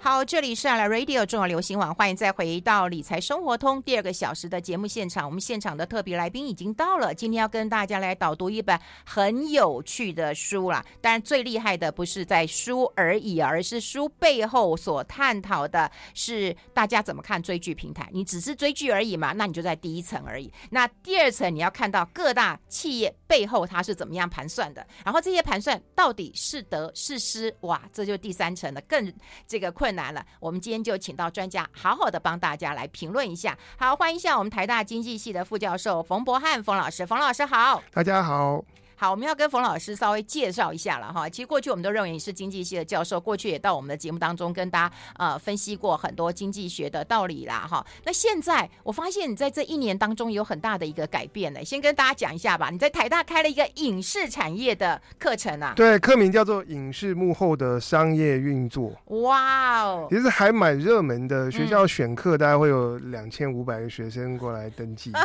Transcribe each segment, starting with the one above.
好，这里是爱来 Radio 中华流行网，欢迎再回到理财生活通第2个小时的节目现场。我们现场的特别来宾已经到了，今天要跟大家来导读一本很有趣的书啦。当然最厉害的不是在书而已，而是书背后所探讨的是大家怎么看追剧平台。你只是追剧而已嘛，那你就在第一层而已。那第2层你要看到各大企业背后它是怎么样盘算的，然后这些盘算到底是得是失，哇，这就第3层了，更这个困难了。我们今天就请到专家好好的帮大家来评论一下。好，欢迎一下我们台大经济系的副教授冯博翰冯老师。冯老师好。 大家好。 好，我们要跟冯老师稍微介绍一下了哈。其实过去我们都认为你是经济系的教授，过去也到我们的节目当中跟大家分析过很多经济学的道理啦哈。那现在我发现你在这1年当中有很大的一个改变呢，先跟大家讲一下吧。你在台大开了一个影视产业的课程啊， 对，课名叫做影视幕后的商业运作。 哇哦， 其实还蛮热门的，学校选课大概会有2500个学生过来登记。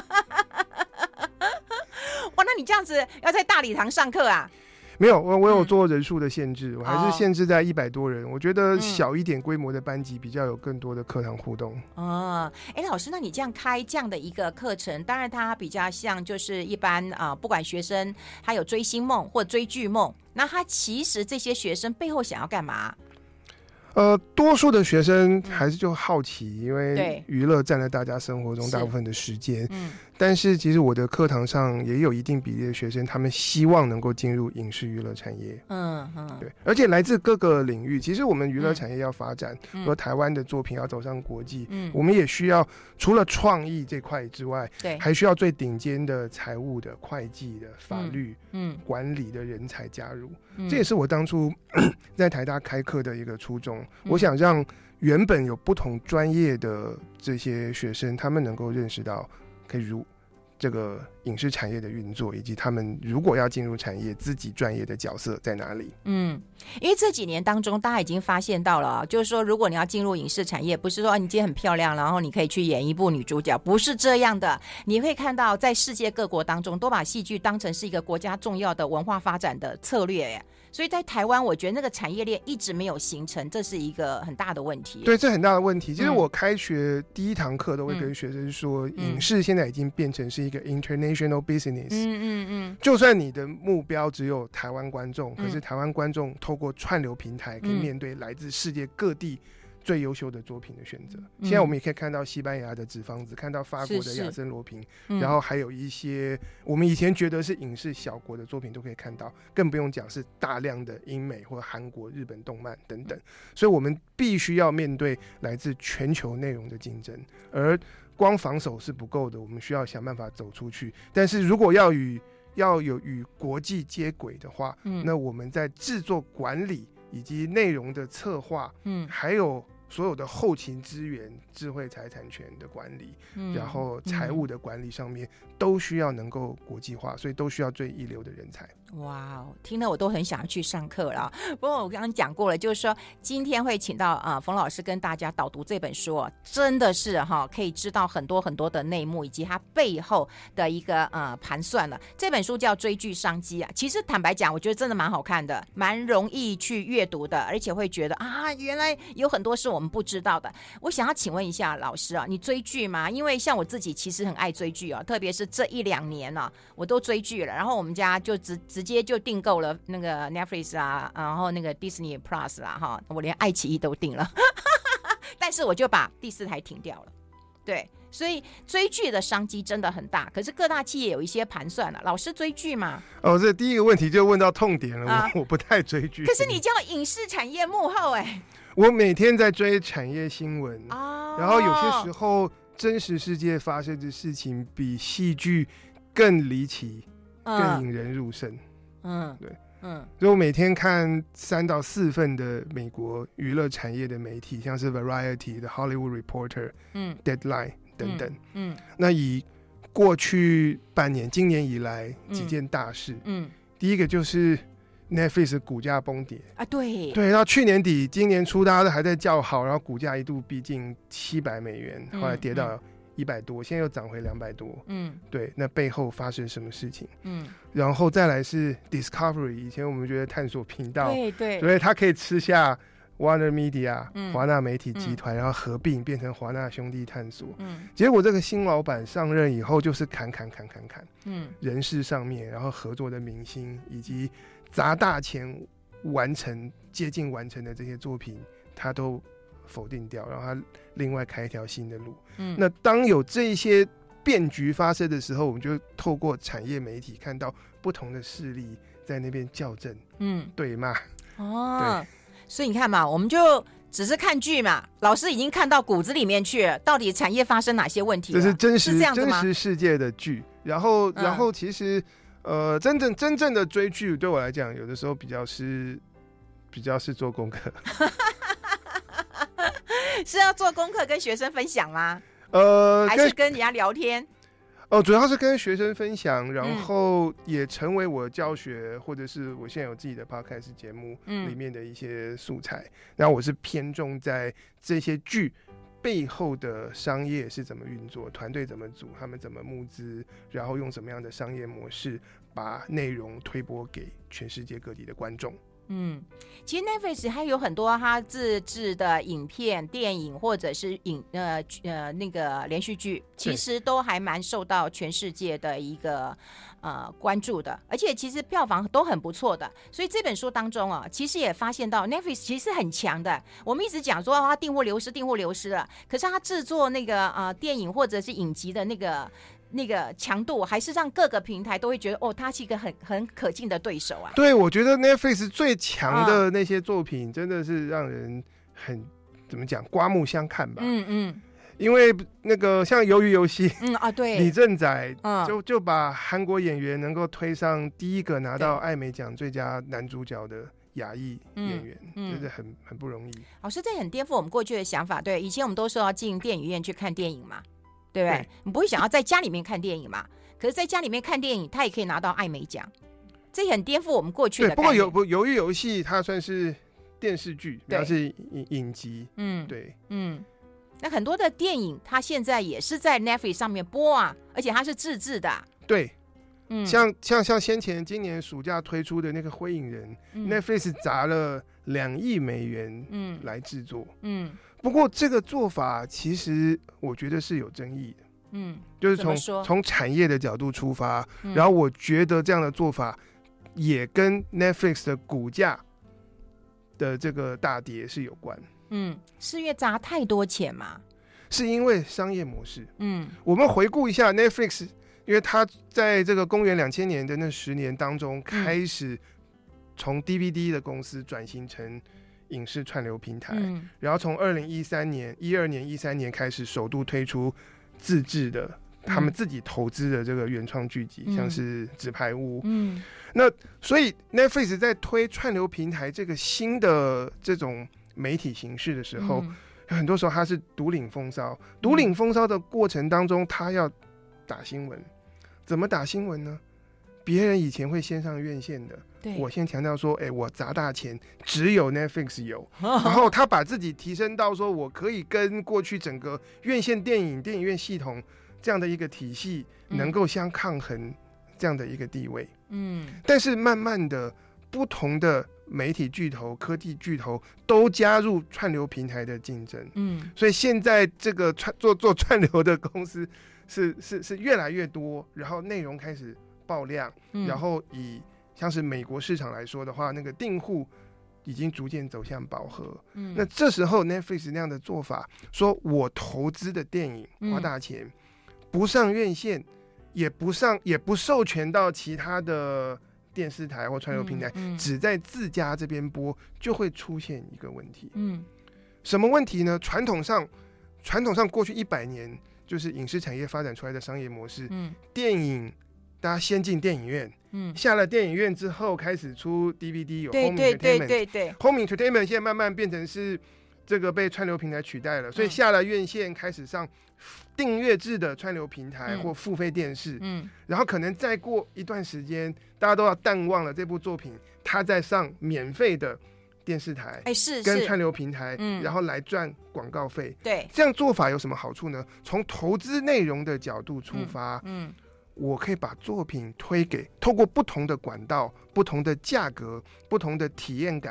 哇，那你这样子要在大礼堂上课啊？ 没有，我有做人数的限制，我还是限制在100多人。我觉得小一点规模的班级比较有更多的课堂互动。 老师，那你这样开这样的一个课程，当然它比较像就是一般不管学生他有追星梦或追剧梦，那他其实这些学生背后想要干嘛？ 多数的学生还是就好奇，因为娱乐占了大家生活中大部分的时间。但是其实我的课堂上也有一定比例的学生，他们希望能够进入影视娱乐产业。对，而且来自各个领域。其实我们娱乐产业要发展，和台湾的作品要走上国际，我们也需要除了创意这块之外，还需要最顶尖的财务的、会计的、法律、管理的人才加入。这也是我当初在台大开课的一个初衷。我想让原本有不同专业的这些学生，他们能够认识到可以如这个影视产业的运作，以及他们如果要进入产业，自己专业的角色在哪里。 因为这几年当中大家已经发现到了，就是说如果你要进入影视产业，不是说你今天很漂亮然后你可以去演一部女主角，不是这样的。你会看到在世界各国当中都把戏剧当成是一个国家重要的文化发展的策略耶。所以在台湾我觉得那个产业链一直没有形成，这是一个很大的问题。 对，这很大的问题。其实我开学第1堂课都会跟学生说，影视现在已经变成是一个 international business。就算你的目标只有台湾观众，可是台湾观众透过串流平台可以面对来自世界各地最优秀的作品的选择。现在我们也可以看到西班牙的纸房子，看到法国的亚森罗平，然后还有一些我们以前觉得是影视小国的作品都可以看到，更不用讲是大量的英美或韩国、日本动漫等等。所以我们必须要面对来自全球内容的竞争，而光防守是不够的，我们需要想办法走出去。但是如果要有与国际接轨的话，那我们在制作管理以及内容的策划，还有所有的后勤资源、智慧财产权的管理，然后财务的管理上面都需要能够国际化，所以都需要最一流的人才。 哇，听了我都很想要去上课了。不过我刚刚讲过了，就是说今天会请到冯老师跟大家导读这本书真的是可以知道很多很多的内幕以及它背后的一个盘算了。这本书叫《追剧商机》啊，其实坦白讲，我觉得真的蛮好看的，蛮容易去阅读的，而且会觉得原来有很多是我们不知道的。我想要请问一下老师你追剧吗？因为像我自己其实很爱追剧特别是这1-2年我都追剧了，然后我们家就直接就订购了那个 Netflix 然后那个 Disney Plus 啦我连爱奇艺都订了但是我就把第4台停掉了。对，所以追剧的商机真的很大，可是各大企业有一些盘算了。老师追剧吗？ 这第一个问题就问到痛点了。我不太追剧。 可是你叫影视产业幕后我每天在追产业新闻然后有些时候真实世界发生的事情比戏剧更离奇，更引人入胜。对，所以我每天看3到4份的美国娱乐产业的媒体，像是 Variety 的 Hollywood Reporter、Deadline 等等。那以过去半年、今年以来几件大事，第一个就是 Netflix 的股价崩跌对， 到去年底、今年初大家都还在叫好，然后股价一度逼近$700，后来跌到100多，现在又涨回200多。对，那背后发生什么事情？然后再来是 Discovery， 以前我们觉得探索频道，对，所以它可以吃下 Warner Media、华纳媒体集团，然后合并变成华纳兄弟探索。结果这个新老板上任以后，就是砍，人事上面，然后合作的明星以及砸大钱接近完成的这些作品，他都否定掉，然后他另外开一条新的路。那当有这些变局发生的时候，我们就透过产业媒体看到不同的势力在那边校正，对骂。 对，所以你看嘛，我们就只是看剧嘛，老师已经看到骨子里面去了，到底产业发生哪些问题了？ 这是真实这真实世界的剧。然后其实真正的追剧对我来讲，有的时候比较是做功课。 是要做功课跟学生分享吗？还是跟人家聊天？ 主要是跟学生分享，然后也成为我教学或者是我现在有自己的 podcast 节目里面的一些素材。那我是偏重在这些剧背后的商业是怎么运作，团队怎么组，他们怎么募资，然后用什么样的商业模式把内容推播给全世界各地的观众。 其实 Netflix 还有很多它自制的影片、电影或者是那个连续剧，其实都还蛮受到全世界的一个关注的，而且其实票房都很不错的。所以这本书当中其实也发现到 Netflix 其实很强的。我们一直讲说它订户流失了，可是它制作那个电影或者是影集的那个强度，还是让各个平台都会觉得它是一个很可敬的对手啊。 对，我觉得 Netflix 最强的那些作品，真的是让人很怎么讲，刮目相看吧。因为那个像鱿鱼游戏， 对， 李正宰就把韩国演员能够推上第一个拿到艾美奖最佳男主角的亚裔演员，真的很不容易。 老师，这很颠覆我们过去的想法。对，以前我们都说要进电影院去看电影嘛。对不对？你不会想要在家里面看电影嘛？可是在家里面看电影，它也可以拿到艾美奖，这也很颠覆我们过去的概念。 不过鱿鱼游戏它算是电视剧，它是影集。对， 那很多的电影它现在也是在 Netflix 上面播啊，而且它是自制的。 对，像先前今年暑假推出的那个《灰影人》，Netflix 砸了2亿美元来制作。不过这个做法其实我觉得是有争议的，就是从产业的角度出发，然后我觉得这样的做法也跟 Netflix 的股价的这个大跌是有关。 是因为砸太多钱嘛？ 是因为商业模式。我们回顾一下 Netflix， 因为它在这个公元2000年的那10年当中，开始从 DVD 的公司转型成影视串流平台，然后从2012年、13年开始首度推出自制的，他们自己投资的这个原创剧集，像是《纸牌屋》。那所以 Netflix 在推串流平台这个新的这种媒体形式的时候，很多时候它是独领风骚。独领风骚的过程当中，它要打新闻，怎么打新闻呢？别人以前会先上院线的，我先强调说，我砸大钱，只有 Netflix 有，然后他把自己提升到说，我可以跟过去整个院线电影院系统这样的一个体系能够相抗衡这样的一个地位。但是慢慢的，不同的媒体巨头、科技巨头都加入串流平台的竞争。所以现在这个做串流的公司是越来越多，然后内容开始爆量，然后以像是美国市场来说的话，那个订户已经逐渐走向饱和。那这时候 Netflix 那样的做法，说我投资的电影花大钱，不上院线，也不授权到其他的电视台或串流平台，只在自家这边播，就会出现一个问题。什么问题呢？传统上过去100年，就是影视产业发展出来的商业模式。电影大家先进电影院，下了电影院之后开始出 DVD， 有 Home Entertainment。Home Entertainment 现在慢慢变成是这个被串流平台取代了，所以下了院线开始上订阅制的串流平台或付费电视。然后可能再过一段时间，大家都要淡忘了这部作品，它在上免费的电视台，跟串流平台，然后来赚广告费。对，这样做法有什么好处呢？从投资内容的角度出发，我可以把作品透过不同的管道、不同的价格、不同的体验感，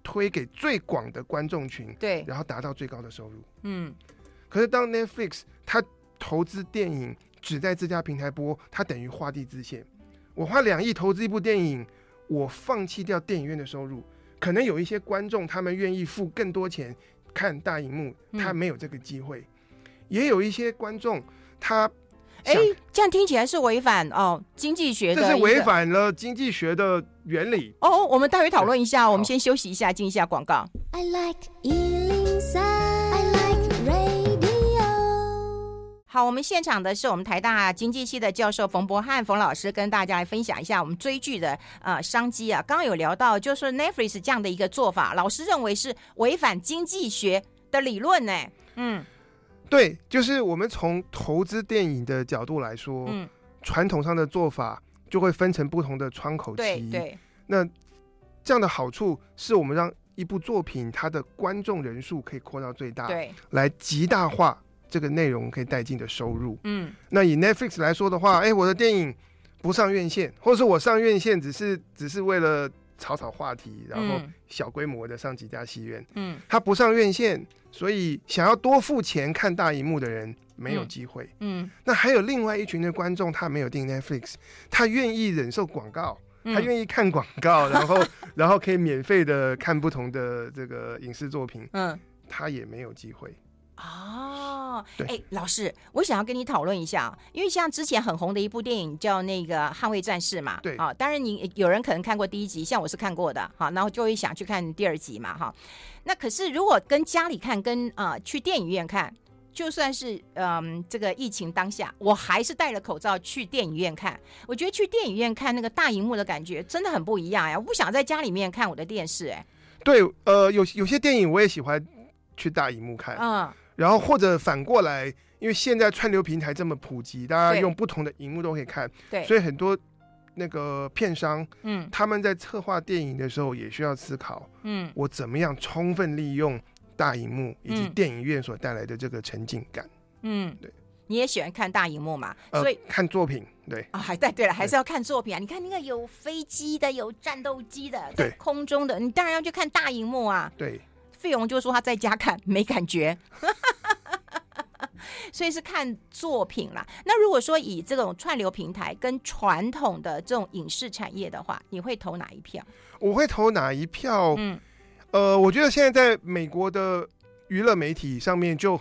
推给最广的观众群， 对， 然后达到最高的收入。可是当 Netflix 它投资电影只在这家平台播，它等于画地自限。我花2亿投资一部电影，我放弃掉电影院的收入，可能有一些观众他们愿意付更多钱看大荧幕，他没有这个机会。也有一些观众他这样听起来是违反经济学的， 这是违反了经济学的原理。 我们待会讨论一下，我们先休息一下，进一下广告。I like 103, I like radio。 好，我们现场的是我们台大经济系的教授冯博翰冯老师，跟大家来分享一下我们追剧的商机啊。刚刚有聊到，就是 Netflix 这样的一个做法，老师认为是违反经济学的理论呢。 对，就是我们从投资电影的角度来说，传统上的做法就会分成不同的窗口期。 对， 那这样的好处是我们让一部作品它的观众人数可以扩到最大， 对， 来极大化这个内容可以带进的收入。那以 Netflix 来说的话，我的电影不上院线，或者是我上院线只是为了炒话题，然后小规模的上几家戏院，他不上院线，所以想要多付钱看大荧幕的人没有机会。那还有另外一群的观众，他没有订 Netflix， 他愿意忍受广告，他愿意看广告，然后可以免费的看不同的这个影视作品，他也没有机会。 老师，我想要跟你讨论一下，因为像之前很红的一部电影叫那个《捍卫战士》嘛， 对， 当然有人可能看过第1集，像我是看过的，然后就会想去看第2集嘛，那可是如果跟家里看，跟去电影院看，就算是这个疫情当下，我还是戴了口罩去电影院看。我觉得去电影院看那个大荧幕的感觉真的很不一样呀！我不想在家里面看我的电视。 对，有些电影我也喜欢去大荧幕看，然后或者反过来，因为现在串流平台这么普及，大家用不同的荧幕都可以看，对，所以很多那个片商，他们在策划电影的时候也需要思考，我怎么样充分利用大荧幕以及电影院所带来的这个沉浸感。对， 你也喜欢看大荧幕嘛？所以看作品，对对了，还是要看作品啊！你看那个有飞机的，有战斗机的，在空中的，你当然要去看大荧幕啊。 对。 费勇就说他在家看没感觉所以是看作品啦。那如果说以这种串流平台跟传统的这种影视产业的话，你会投哪一票？ 我会投哪一票？我觉得现在在美国的娱乐媒体上面就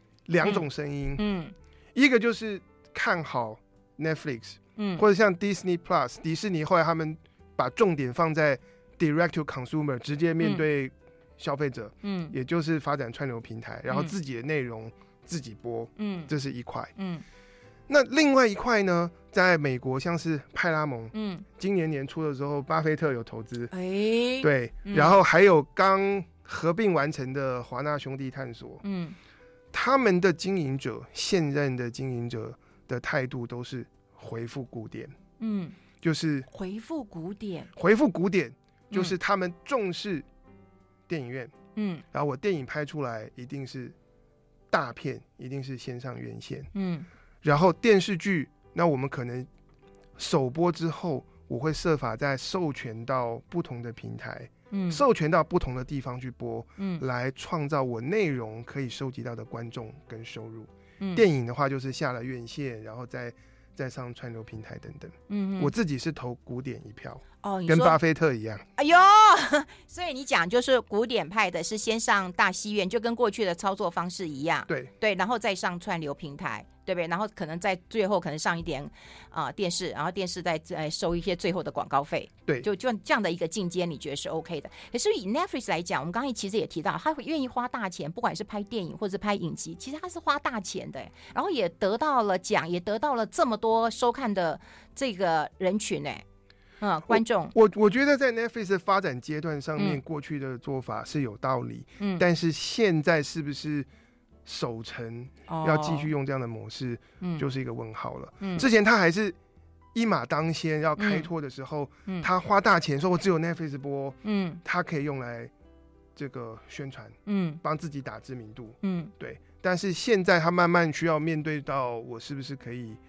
2种声音，一个就是看好 Netflix，或者像 Disney Plus 迪士尼，后来他们把重点放在 Direct to Consumer， 直接面对消费者，也就是发展串流平台，然后自己的内容自己播，这是一块。那另外一块呢，在美国像是派拉蒙，今年年初的时候，巴菲特有投资，对，然后还有刚合并完成的华纳兄弟探索，他们的经营者，现任的经营者的态度都是回复古典，就是回复古典， 就是他们重视电影院，然后我电影拍出来一定是大片，一定是先上院线，然后电视剧，那我们可能首播之后，我会设法再授权到不同的平台，授权到不同的地方去播，来创造我内容可以收集到的观众跟收入。电影的话就是下了院线，然后再上串流平台等等。我自己是投古典一票，跟巴菲特一样。 哎呦，所以你讲就是古典派的是先上大戏院，就跟过去的操作方式一样。对，然后再上串流平台，对不对？然后可能在最后可能上一点电视，然后电视再收一些最后的广告费。 对， 就这样的一个进阶，你觉得是 OK 的？可是以 Netflix 来讲，我们刚才其实也提到，他会愿意花大钱，不管是拍电影或者拍影集，其实他是花大钱的，然后也得到了奖，也得到了这么多收看的这个人群观众。 我觉得在 Netflix 的发展阶段上面，过去的做法是有道理，但是现在是不是守成要继续用这样的模式，就是一个问号了。之前他还是一马当先要开拓的时候，他花大钱说我只有 Netflix 播，他可以用来这个宣传，帮自己打知名度，对。但是现在他慢慢需要面对到我是不是可以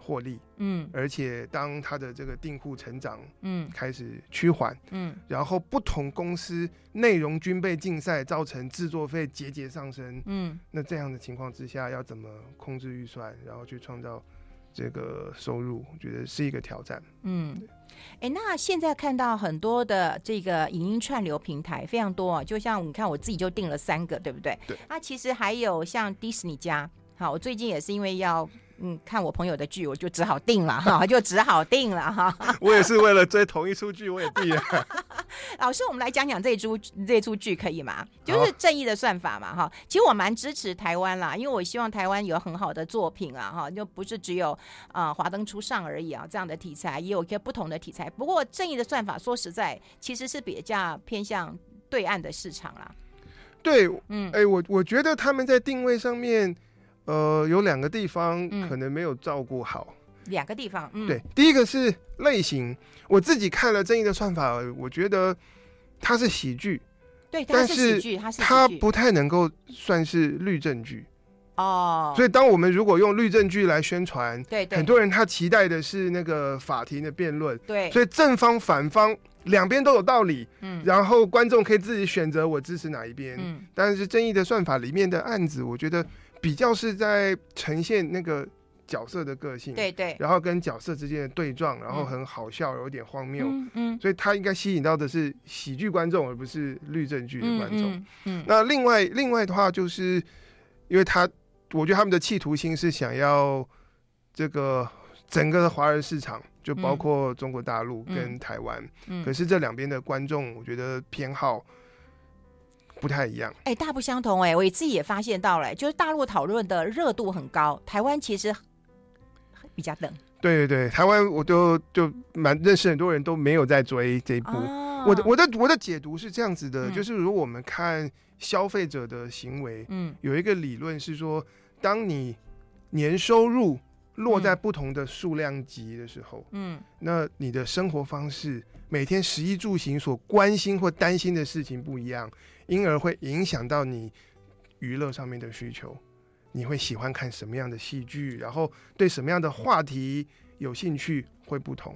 获利，而且当它的这个订户成长，开始趋缓，然后不同公司内容均被竞赛，造成制作费节节上升，那这样的情况之下，要怎么控制预算，然后去创造这个收入，我觉得是一个挑战。 那现在看到很多的这个影音串流平台非常多，就像你看我自己就订了3个，对不对？ 对。 其实还有像迪士尼家，好，我最近也是因为要看我朋友的剧，我就只好订了哈，我也是为了追同一出剧，我也订了。 老师，我们来讲讲这出剧可以吗？就是正义的算法嘛哈。其实我蛮支持台湾啦，因为我希望台湾有很好的作品啊哈，就不是只有华灯初上而已啊，这样的题材也有一些不同的题材。不过正义的算法说实在其实是比较偏向对岸的市场啦。 对，我觉得他们在定位上面有2个地方可能没有照顾好。 2个地方， 对，第一个是类型，我自己看了正义的算法，我觉得它是喜剧， 对，它是喜剧， 它不太能够算是律政剧所以当我们如果用律政剧来宣传， 对， 很多人他期待的是那个法庭的辩论， 对， 所以正方反方两边都有道理，然后观众可以自己选择我支持哪一边，但是正义的算法里面的案子，我觉得比较是在呈现那个角色的个性， 对， 然后跟角色之间的对撞，然后很好笑，有点荒谬，所以他应该吸引到的是喜剧观众，而不是律政剧的观众。那另外的话，就是因为我觉得他们的企图心是想要这个整个的华人市场，就包括中国大陆跟台湾，可是这2边的观众，我觉得偏好不太一样， 大不相同。我自己也发现到了，就是大陆讨论的热度很高，台湾其实比较冷。 对，台湾我就蛮认识很多人都没有在追这一部。我的解读是这样子的，就是如果我们看消费者的行为，有一个理论是说，当你年收入落在不同的数量级的时候，那你的生活方式每天食衣住行所关心或担心的事情不一样，因而会影响到你娱乐上面的需求。你会喜欢看什么样的戏剧，然后对什么样的话题有兴趣会不同。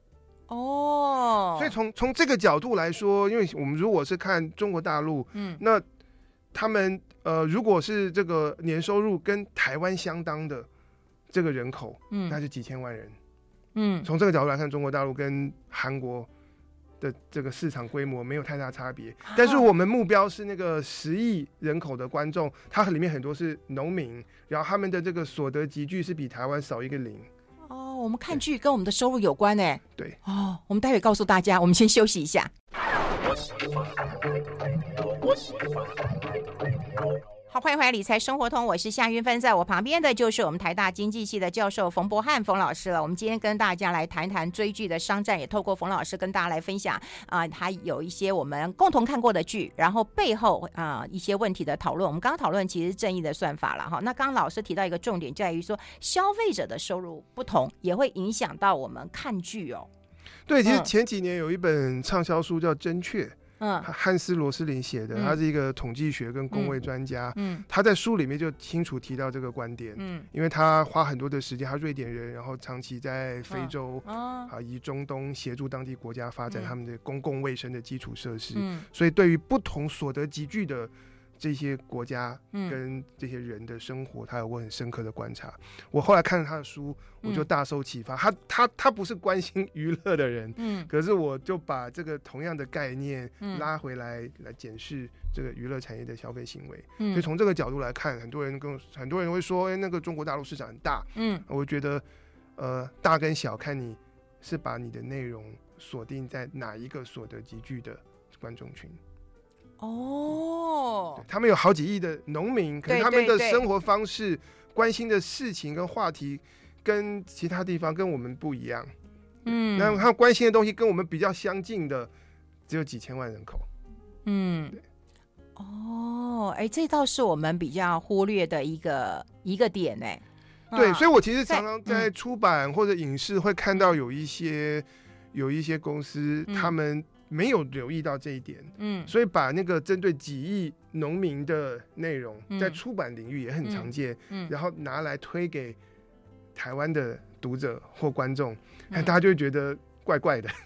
所以从这个角度来说，因为我们如果是看中国大陆，那他们如果是这个年收入跟台湾相当的这个人口，那是几千万人。从这个角度来看，中国大陆跟韩国的这个市场规模没有太大差别，但是我们目标是那个10亿人口的观众，它里面很多是农民，然后他们的这个所得集聚是比台湾少一个0。 我们看剧跟我们的收入有关呢。 对， 我们待会告诉大家，我们先休息一下。好，欢迎回来理财生活通，我是夏云芬，在我旁边的就是我们台大经济系的教授冯博翰冯老师了。我们今天跟大家来谈谈追剧的商战，也透过冯老师跟大家来分享他有一些我们共同看过的剧，然后背后一些问题的讨论。我们刚刚讨论其实正义的算法了哈。那刚刚老师提到一个重点，在于说消费者的收入不同，也会影响到我们看剧哦。 对，其实前几年有一本畅销书叫《真确》。汉斯·罗斯林写的，他是一个统计学跟公卫专家。他在书里面就清楚提到这个观点。因为他花很多的时间，他瑞典人，然后长期在非洲以及中东协助当地国家发展他们的公共卫生的基础设施。所以对于不同所得集聚的这些国家跟这些人的生活，他有过很深刻的观察。我后来看了他的书，我就大受启发。他不是关心娱乐的人，可是我就把这个同样的概念拉回来检视这个娱乐产业的消费行为。所以从这个角度来看，很多人会说，那个中国大陆市场很大。我觉得大跟小看你是把你的内容锁定在哪一个所得集聚的观众群。他们有好几亿的农民，可是他们的生活方式、关心的事情跟话题跟其他地方跟我们不一样。那他们关心的东西跟我们比较相近的只有几千万人口。 这倒是我们比较忽略的一个点呢。 对，所以我其实常常在出版或者影视会看到有一些公司，他们没有留意到这一点，所以把那个针对几亿农民的内容，在出版领域也很常见，然后拿来推给台湾的读者或观众，大家就会觉得怪怪的。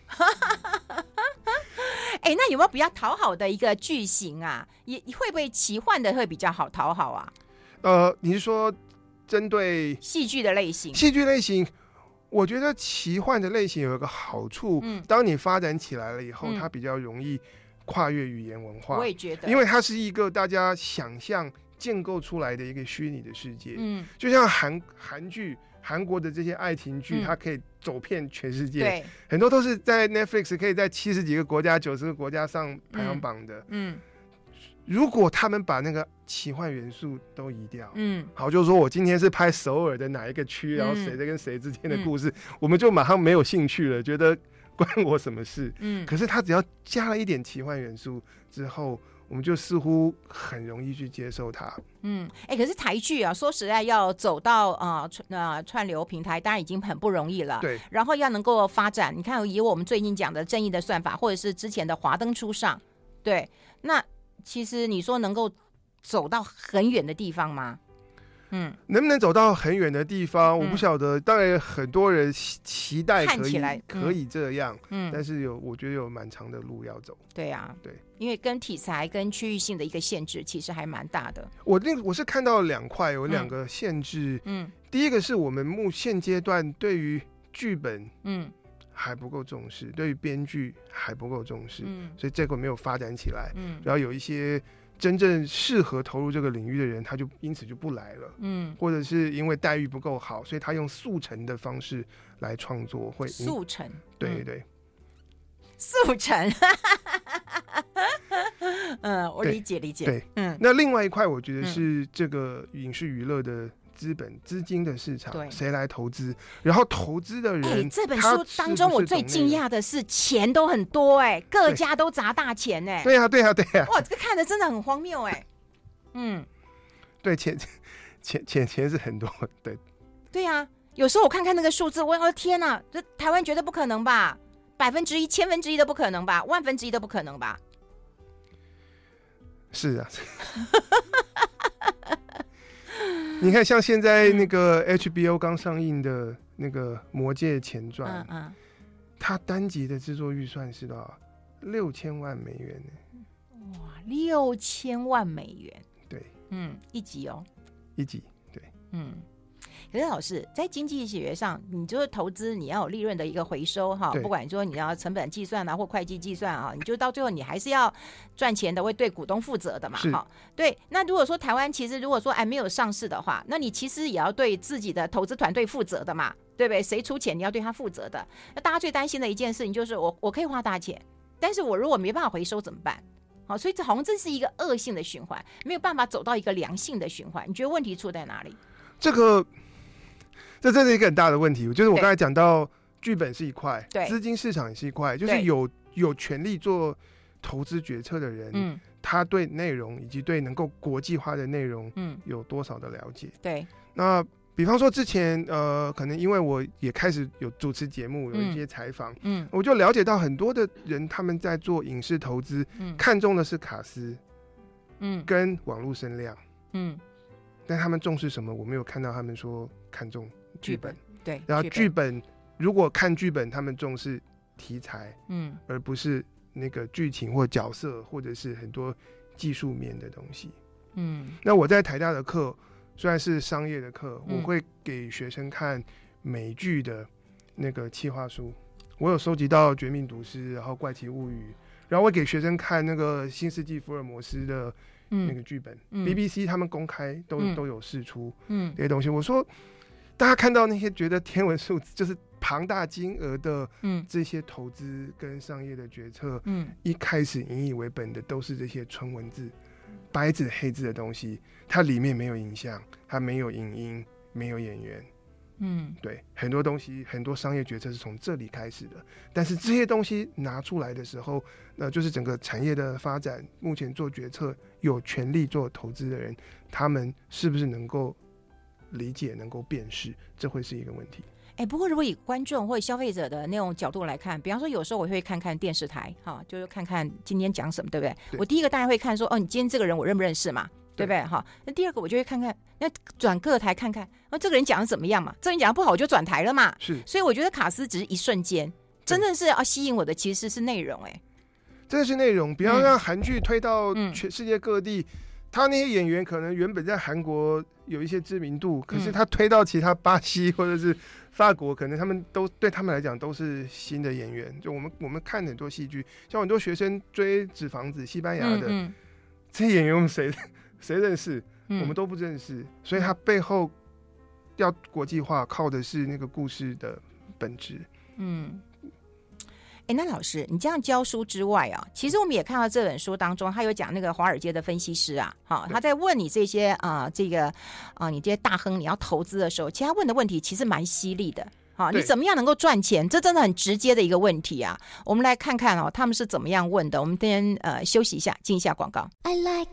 那有没有比较讨好的一个句型啊？也会不会奇幻的会比较好讨好啊？ 你是说针对戏剧的类型？ 戏剧类型，我觉得奇幻的类型有一个好处，当你发展起来了以后，它比较容易跨越语言文化。 我也觉得， 因为它是一个大家想象建构出来的一个虚拟的世界。就像韩剧。韩国的这些爱情剧，它可以走遍全世界，对，很多都是在 Netflix 可以在70几个国家、90个国家上排行榜的。如果他们把那个奇幻元素都移掉，好，就是说我今天是拍首尔的哪一个区，然后谁在跟谁之间的故事，我们就马上没有兴趣了，觉得关我什么事？可是他只要加了一点奇幻元素之后，我们就似乎很容易去接受它。 可是台剧啊，说实在要走到串流平台，当然已经很不容易了。 对， 然后要能够发展，你看以我们最近讲的正义的算法，或者是之前的华灯初上，对，那其实你说能够走到很远的地方吗？ 能不能走到很远的地方，我不晓得。当然，很多人期待可以这样，但是我觉得有蛮长的路要走。 对啊， 对， 因为跟题材跟区域性的一个限制，其实还蛮大的。 我是看到2块，有2个限制。第一个是我们现阶段对于剧本，还不够重视，对于编剧还不够重视，所以这个没有发展起来。然后有一些真正适合投入这个领域的人，他就因此就不来了。或者是因为待遇不够好，所以他用速成的方式来创作，会速成， 对对， 速成。我理解。 对，那另外一块，我觉得是这个影视娱乐的资金的市场，谁来投资？然后投资的人， 这本书当中我最惊讶的是钱都很多各家都砸大钱对啊， 哇，这个看的真的很荒谬对，钱是很多， 对啊，有时候我看那个数字，我的天哪，这台湾绝对不可能吧？1%、1/1000都不可能吧？1/1000都不可能吧？ 是啊。你看，像现在那个 HBO 刚上映的那个《魔戒前传》，它单集的制作预算是多少？6000万美元呢。 哇，6000万美元。 对， 一集哦。 一集，对， 可是老师在经济学上，你就是投资，你要有利润的一个回收哈，不管说你要成本计算或会计计算啊，你就到最后你还是要赚钱的，会对股东负责的嘛，哈。对，那如果说台湾其实如果说没有上市的话，那你其实也要对自己的投资团队负责的嘛，对不对？谁出钱你要对他负责的。那大家最担心的一件事情就是我可以花大钱，但是我如果没办法回收怎么办？好，所以这好像这是一个恶性的循环，没有办法走到一个良性的循环。你觉得问题出在哪里？ 这真是一个很大的问题。就是我刚才讲到，剧本是一块，资金市场也是一块，就是有权利做投资决策的人，他对内容以及对能够国际化的内容，有多少的了解？ 对。 那比方说之前可能因为我也开始有主持节目，有一些采访，我就了解到很多的人他们在做影视投资，看重的是卡司，跟网络声量，但他们重视什么？我没有看到他们说看重剧本。 对， 然后剧本如果看剧本，他们重视题材，而不是那个剧情或角色，或者是很多技术面的东西。那我在台大的课虽然是商业的课，我会给学生看美剧的那个企划书。我有收集到《绝命毒师》，然后《怪奇物语》，然后我给学生看那个《新世纪福尔摩斯》的那个剧本，BBC 他们公开都有释出这些东西。我说，大家看到那些觉得天文数字就是庞大金额的这些投资跟商业的决策，一开始引以为本的都是这些纯文字、白纸黑字的东西，它里面没有影像，它没有影音，没有演员。对，很多东西，很多商业决策是从这里开始的。但是这些东西拿出来的时候，就是整个产业的发展，目前做决策有权利做投资的人，他们是不是能够理解、能够辨识，这会是一个问题。 不过如果以观众或者消费者的那种角度来看，比方说有时候我会看看电视台，就是看看今天讲什么，对不对？我第一个当然会看说，你今天这个人我认不认识嘛？ 对不对？哈，那第二个我就会看看，那转各台看看，这个人讲的怎么样嘛？这个人讲的不好，我就转台了嘛。 是， 所以我觉得卡斯只是一瞬间，真正是要吸引我的其实是内容， 真的是内容，不要让韩剧推到全世界各地。他那些演员可能原本在韩国有一些知名度，可是他推到其他巴西或者是法国，可能他们都对他们来讲都是新的演员。就我们看很多戏剧，像很多学生追《纸房子》西班牙的，这些演员我们谁认识？我们都不认识。所以他背后要国际化，靠的是那个故事的本质。 那老师，你这样教书之外啊，其实我们也看到这本书当中，他有讲那个华尔街的分析师啊，他在问你这些你这些大亨你要投资的时候，其实他问的问题其实蛮犀利的。你怎么样能够赚钱？这真的很直接的一个问题啊！我们来看看他们是怎么样问的。我们先休息一下，进一下广告。I like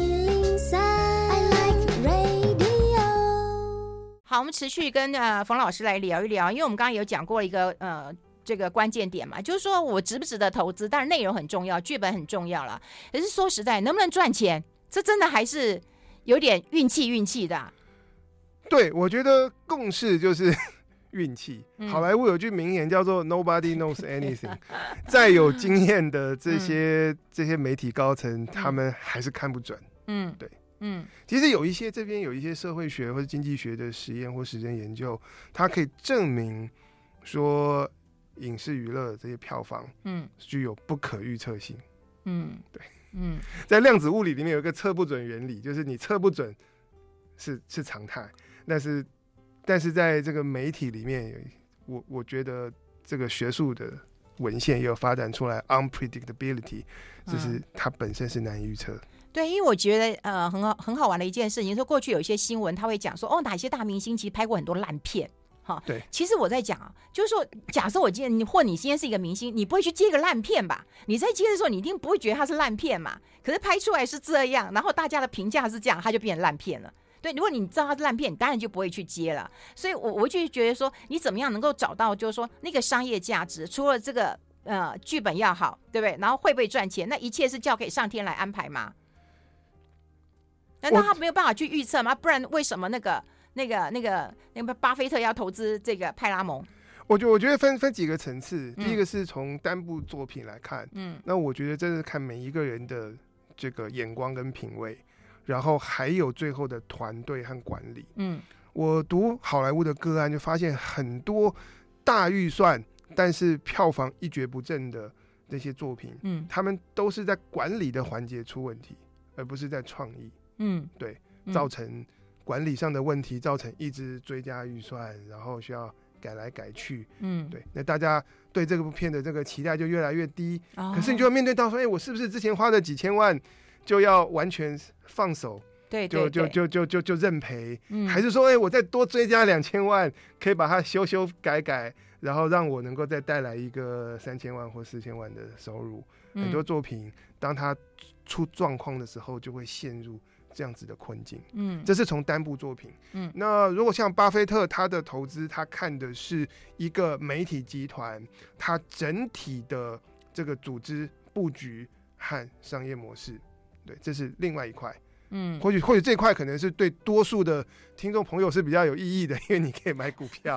103, I like radio。好，我们持续跟冯老师来聊一聊，因为我们刚刚有讲过一个这个关键点嘛，就是说我值不值得投资，当然内容很重要，剧本很重要了。可是说实在，能不能赚钱，这真的还是有点运气的。 对，我觉得共识就是运气。好莱坞有句名言叫做 "Nobody knows anything"， 再有经验的这些媒体高层，他们还是看不准。对。其实这边有一些社会学或者经济学的实验或实证研究，它可以证明说影视娱乐这些票房，具有不可预测性。对，在量子物理里面有一个测不准原理，就是你测不准是常态，但是在这个媒体里面，我觉得这个学术的文献也有发展出来 unpredictability， 就是它本身是难以预测。 对，因为我觉得很好玩的一件事情，说过去有一些新闻他会讲说哪些大明星其实拍过很多烂片。 对， 其实我在讲就是说，假设我今天你今天是一个明星，你不会去接一个烂片吧？你在接的时候，你一定不会觉得它是烂片嘛。可是拍出来是这样，然后大家的评价是这样，它就变成烂片了。对，如果你知道它是烂片，你当然就不会去接了。所以我就觉得说，你怎么样能够找到，就是说那个商业价值，除了这个剧本要好，对不对？然后会不会赚钱？那一切是交给上天来安排吗？难道他没有办法去预测吗？不然为什么那个巴菲特要投资这个派拉蒙？ 我觉得分几个层次。第一个是从单部作品来看，那我觉得真是看每一个人的这个眼光跟品味，然后还有最后的团队和管理。我读好莱坞的个案就发现很多大预算但是票房一蹶不振的那些作品，他们都是在管理的环节出问题，而不是在创意。对，造成管理上的问题，造成一直追加预算，然后需要改来改去。对，那大家对这部片的这个期待就越来越低。可是你就要面对到说，我是不是之前花了几千万就要完全放手？ 对， 就认赔，还是说，我再多追加2000万，可以把它修改，然后让我能够再带来一个3000万或4000万的收入？很多作品，当它出状况的时候，就会陷入这样子的困境。这是从单部作品。那如果像巴菲特他的投资，他看的是一个媒体集团，他整体的这个组织布局和商业模式。对，这是另外一块。或许这一块可能是对多数的听众朋友是比较有意义的，因为你可以买股票。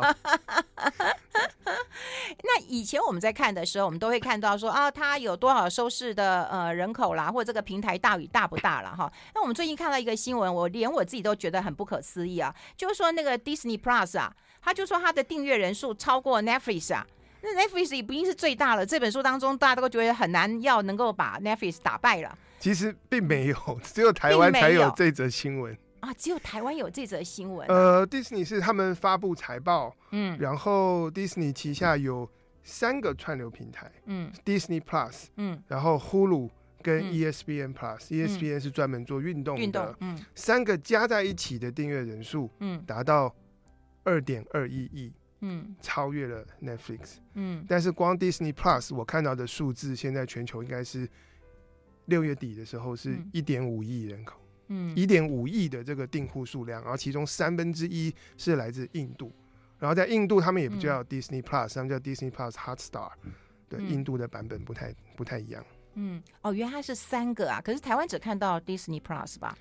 那以前我们在看的时候，我们都会看到说它有多少收视的人口啦，或者这个平台大不大啦哈。那我们最近看到一个新闻，连我自己都觉得很不可思议啊，就是说那个 Disney Plus 啊，他就说他的订阅人数超过 Netflix 啊。那 Netflix 也不一定是最大了，这本书当中大家都觉得很难能够把 Netflix 打败了。 其实并没有，只有台湾才有这则新闻只有台湾有这则新闻。 迪士尼是他们发布财报，然后迪士尼旗下有3个串流平台，Disney Plus，然后 Hulu 跟 ESPN Plus，ESPN 是专门做运动的，3个加在一起的订阅人数达到2.21亿。超越了 Netflix。但是光 Disney Plus 我看到的数字，现在全球应该是6月底的时候是1.5亿人口，1.5亿的这个订户数量，然后其中1/3是来自印度，然后在印度他们也不叫 Disney Plus， 他们叫 Disney Plus Hotstar， 对，印度的版本不太一样。原来是3个啊，可是台湾只看到 Disney Plus 吧？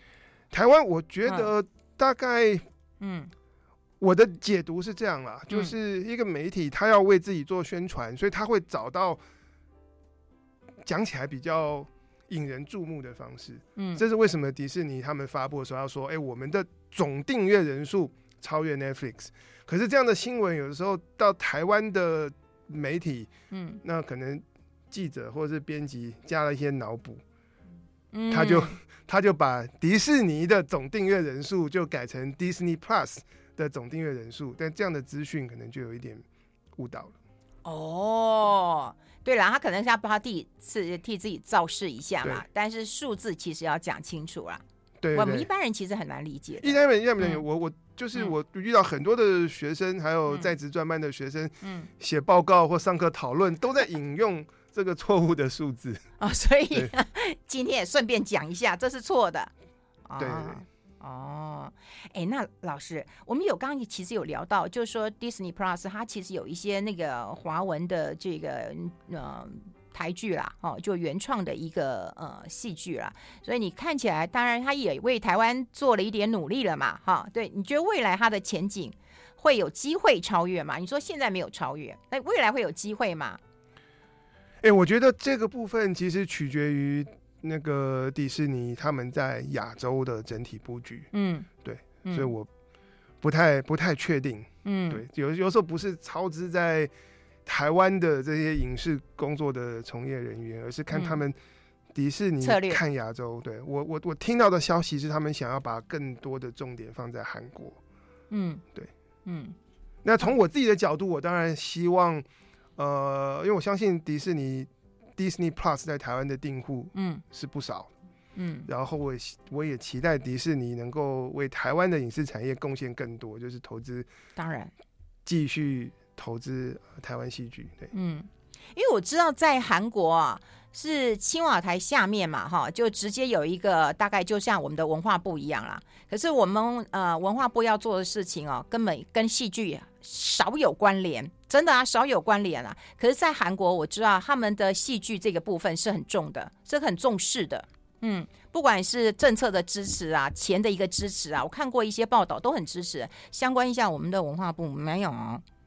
台湾我觉得大概我的解读是这样啦，就是一个媒体他要为自己做宣传，所以他会找到讲起来比较引人注目的方式。这是为什么迪士尼他们发布的时候要说，我们的总订阅人数超越 Netflix。可是这样的新闻有的时候到台湾的媒体，那可能记者或者是编辑加了一些脑补，他就把迪士尼的总订阅人数就改成 Disney Plus 的总订阅人数，但这样的资讯可能就有一点误导了。 对了，他可能是要帮他替自己造势一下嘛，但是数字其实要讲清楚啦。 对， 我们一般人其实很难理解。 一般人，我就是我遇到很多的学生，还有在职专班的学生，写报告或上课讨论，都在引用这个错误的数字。 所以今天也顺便讲一下，这是错的。 对。 那老师，我们刚刚其实有聊到，就是说 Disney Plus 它其实有一些那个华文的这个台剧啦，就原创的一个戏剧啦，所以你看起来，当然他也为台湾做了一点努力了嘛，对，你觉得未来它的前景会有机会超越吗？你说现在没有超越，那未来会有机会吗？ 我觉得这个部分其实取决于那个迪士尼他们在亚洲的整体布局，对，所以我不太确定，对，有时候不是操之在台湾的这些影视工作的从业人员，而是看他们迪士尼看亚洲。对，我听到的消息是他们想要把更多的重点放在韩国，对，那从我自己的角度，我当然希望，因为我相信迪士尼 Disney Plus 在台湾的订户是不少，然后我也期待迪士尼能够为台湾的影视产业贡献更多，就是投资，当然继续投资台湾戏剧。对， 因为我知道在韩国是青瓦台下面嘛，就直接有一个大概就像我们的文化部一样啦。可是我们文化部要做的事情根本跟戏剧少有关联，真的少有关联啊。可是，在韩国我知道他们的戏剧这个部分是很重的，是很重视的。不管是政策的支持啊，钱的一个支持啊，我看过一些报道都很支持。相关一下，我们的文化部没有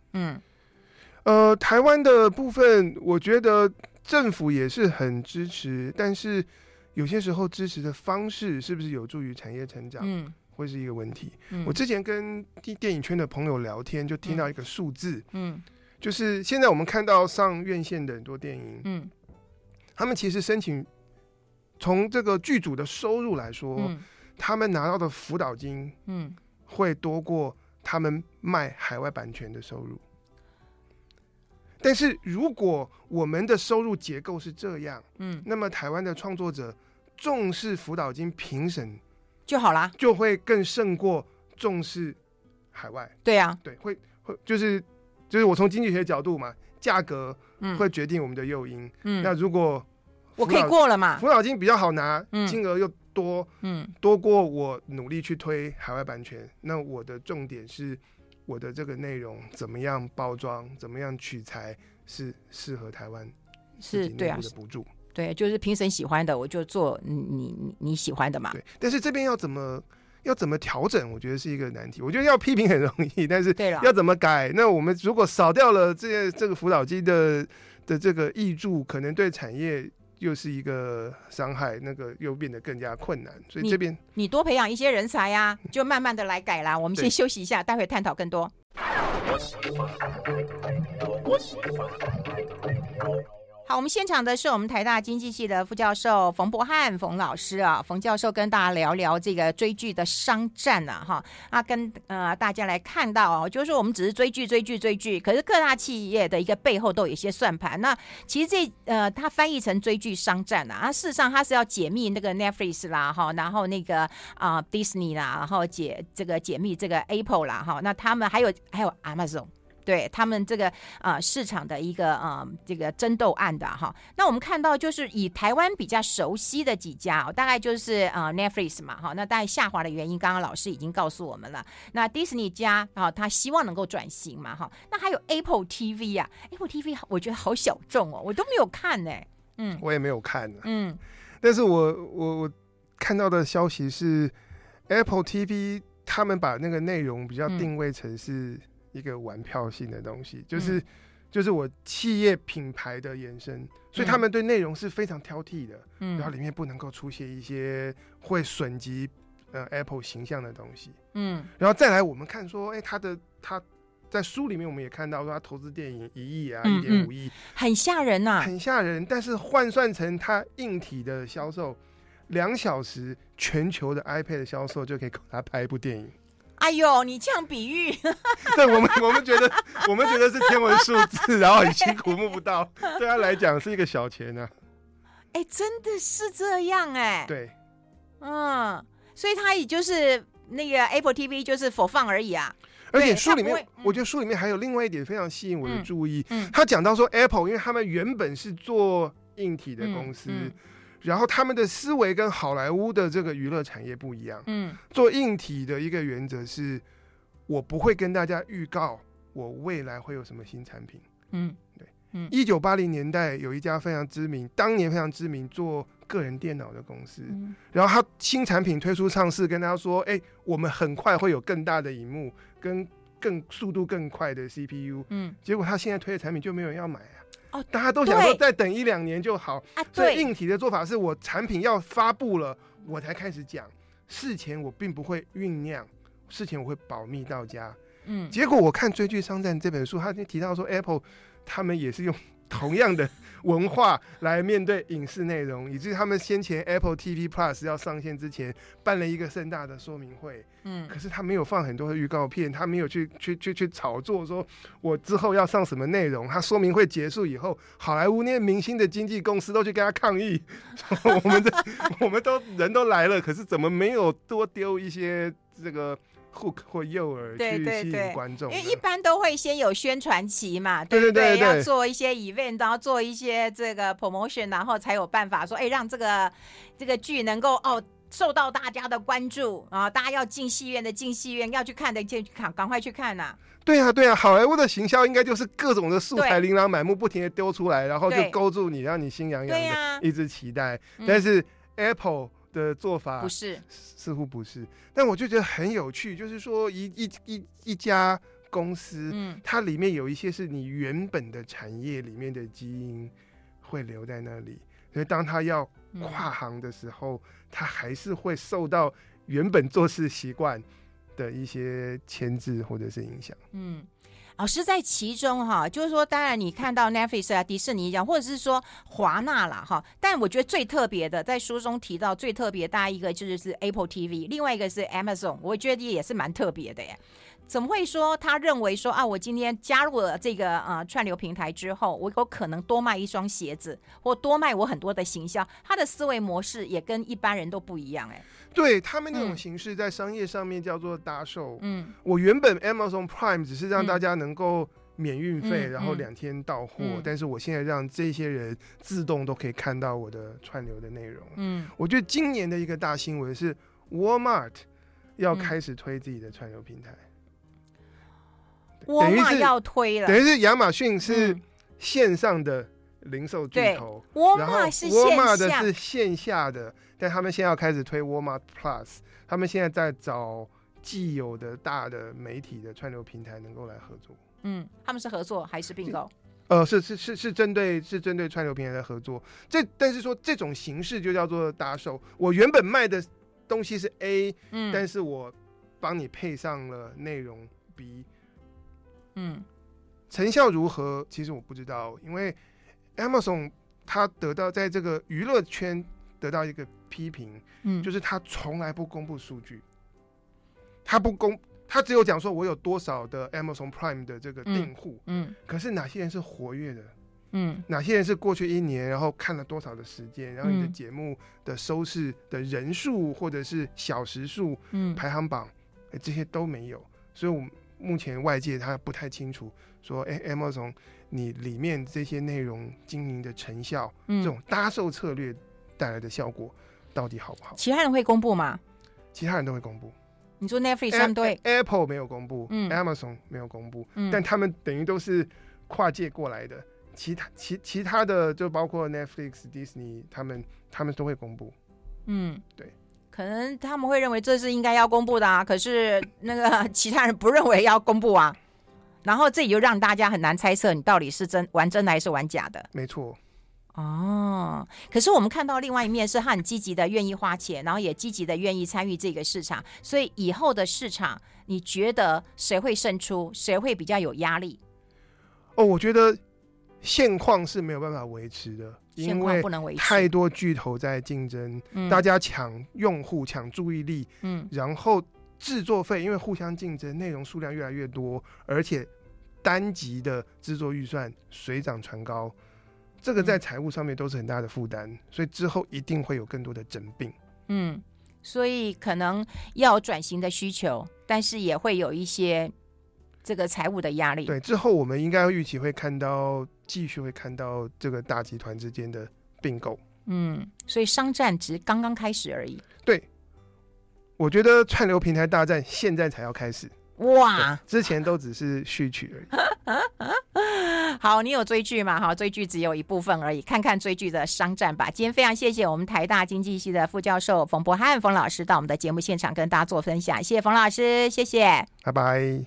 台湾的部分，我觉得政府也是很支持，但是有些时候支持的方式是不是有助于产业成长，会是一个问题。我之前跟电影圈的朋友聊天，就听到一个数字，就是现在我们看到上院线的很多电影，他们其实申请从这个剧组的收入来说，他们拿到的辅导金，会多过他们卖海外版权的收入。但是如果我们的收入结构是这样，那么台湾的创作者重视辅导金评审就好啦， 就会更胜过重视海外。 对啊， 对，会就是我从经济学角度嘛，价格会决定我们的诱因。那如果我可以过了嘛， 辅导金比较好拿，金额又多，多过我努力去推海外版权，那我的重点是我的这个内容怎么样包装，怎么样取材是适合台湾自己内部的补助。 对，就是评审喜欢的，我就做你喜欢的嘛。 对，但是这边要怎么调整，我觉得是一个难题。我觉得要批评很容易，但是要怎么改？那我们如果少掉了这个辅导金的这个挹注，可能对产业又是一个伤害，那个又变得更加困难。所以这边你多培养一些人才啊，就慢慢的来改啦。我们先休息一下，待会探讨更多。好，我们现场的是我们台大经济系的副教授冯柏翰冯老师啊，冯教授跟大家聊聊这个追剧的商战跟大家来看到就是说我们只是追剧，可是各大企业的一个背后都有一些算盘。那其实它翻译成追剧商战事实上它是要解密那个 Netflix 啦然后那个Disney 啦，然后解密这个 Apple 啦那他们还有 Amazon。对他们这个市场的一个这个争斗案的那我们看到就是以台湾比较熟悉的几家大概就是Netflix 嘛那大概下滑的原因刚刚老师已经告诉我们了。那 Disney 家他希望能够转型嘛那还有 Apple TV Apple TV 我觉得好小众我都没有看我也没有看但是我看到的消息是 Apple TV 他们把那个内容比较定位成是一个玩票性的东西，就是我企业品牌的延伸，所以他们对内容是非常挑剔的，然后里面不能够出现一些会损及Apple 形象的东西，然后再来我们看说，他在书里面我们也看到说他投资电影1亿啊，1.5亿， 很吓人啊， 很吓人，但是换算成它硬体的销售，2小时全球的 iPad 的销售就可以够他拍一部电影。 哎呦，你这样比喻， 对我们觉得是天文数字，然后很辛苦摸不到，对他来讲是一个小钱啊。 真的是这样对， 所以他也就是那个 Apple TV 就是for fun而已啊。 而且书里面，我觉得书里面还有另外一点非常吸引我的注意，他讲到说 Apple 因为他们原本是做硬体的公司，然后他们的思维跟好莱坞的这个娱乐产业不一样。做硬体的一个原则是，我不会跟大家预告我未来会有什么新产品。对。1980年代有一家当年非常知名做个人电脑的公司，然后他新产品推出上市，跟他说，我们很快会有更大的萤幕跟速度更快的 CPU。结果他现在推的产品就没有人要买啊。大家都想说再等1-2年就好所以硬体的做法是我产品要发布了我才开始讲，事前我并不会酝酿，事前我会保密到家。结果我看《追剧商战》这本书，他就提到说 Apple 他们也是用同样的文化来面对影视内容，以至于他们先前 Apple TV Plus 要上线之前办了一个盛大的说明会，可是他没有放很多的预告片，他没有去炒作说我之后要上什么内容。他说明会结束以后，好莱坞那些明星的经纪公司都去跟他抗议，我们都人都来了，可是怎么没有多丢一些这个hook 或诱饵去吸引观众， 因为一般都会先有宣传期嘛，对不对？要做一些 event， 然后做一些这个 promotion， 然后才有办法说，让这个剧能够受到大家的关注啊！大家要进戏院的进戏院，要去看的进去看，赶快去看呐！ 对啊，好莱坞的行销应该就是各种的素材琳琅满目，不停的丢出来，然后就勾住你，让你心痒痒的一直期待。但是 Apple的做法不是， 似乎不是，但我就觉得很有趣，就是说一家公司，它里面有一些是你原本的产业里面的基因会留在那里，所以当它要跨行的时候，它还是会受到原本做事习惯的一些牵制或者是影响。 老师在其中就是说，当然你看到 Netflix 啊、迪士尼这样，或者是说华纳啦但我觉得最特别的，在书中提到最特别，大家一个就是 Apple TV， 另外一个是 Amazon， 我觉得也是蛮特别的耶。怎么会说他认为说我今天加入了这个串流平台之后，我有可能多卖一双鞋子，或多卖我很多的行销，他的思维模式也跟一般人都不一样对，他们那种形式在商业上面叫做搭售。我原本 Amazon Prime 只是让大家能够免运费，然后2天到货，但是我现在让这些人自动都可以看到我的串流的内容。我觉得今年的一个大新闻是 Walmart 要开始推自己的串流平台。 沃尔玛要推了， 等于是亚马逊是线上的零售巨头， 沃尔玛是线下的，但他们现在要开始推 Walmart Plus， 他们现在在找既有的大的媒体的串流平台能够来合作。 他们是合作还是并购？ 是针对串流平台的合作。但是说这种形式就叫做搭售。我原本卖的东西是 A，但是我帮你配上了内容 B。成效如何？其实我不知道，因为 Amazon 它得到在这个娱乐圈得到一个批评，就是它从来不公布数据，它只有讲说我有多少的 Amazon Prime 的这个订户，可是哪些人是活跃的，哪些人是过去1年然后看了多少的时间，然后你的节目的收视的人数或者是小时数排行榜，这些都没有，所以我们目前外界他不太清楚说Amazon 你里面这些内容经营的成效，这种搭售策略带来的效果到底好不好？ 其他人会公布吗？ 其他人都会公布。 你说 Netflix 他们对 Apple 没有公布，Amazon 没有公布，但他们等于都是跨界过来的。其他的就包括 Netflix、Disney， 他们都会公布。 对。 可能他们会认为这是应该要公布的啊，可是那个其他人不认为要公布啊，然后这也就让大家很难猜测你到底是玩真的还是玩假的。 没错。 哦，可是我们看到另外一面是他很积极的愿意花钱，然后也积极的愿意参与这个市场，所以以后的市场你觉得谁会胜出，谁会比较有压力？ 我觉得现况是没有办法维持的，因为太多巨头在竞争，大家抢用户抢注意力，然后制作费因为互相竞争，内容数量越来越多，而且单集的制作预算水涨船高，这个在财务上面都是很大的负担，所以之后一定会有更多的整并。 所以可能要转型的需求，但是也会有一些这个财务的压力。 对，之后我们应该预期会继续会看到这个大集团之间的并购。 所以商战只刚刚开始而已。 对，我觉得串流平台大战现在才要开始。 哇， 之前都只是序曲而已。 好，你有追剧吗？好，追剧只有一部分而已，看看追剧的商战吧。今天非常谢谢我们台大经济系的副教授冯柏翰冯老师到我们的节目现场跟大家做分享，谢谢冯老师，谢谢， 拜拜。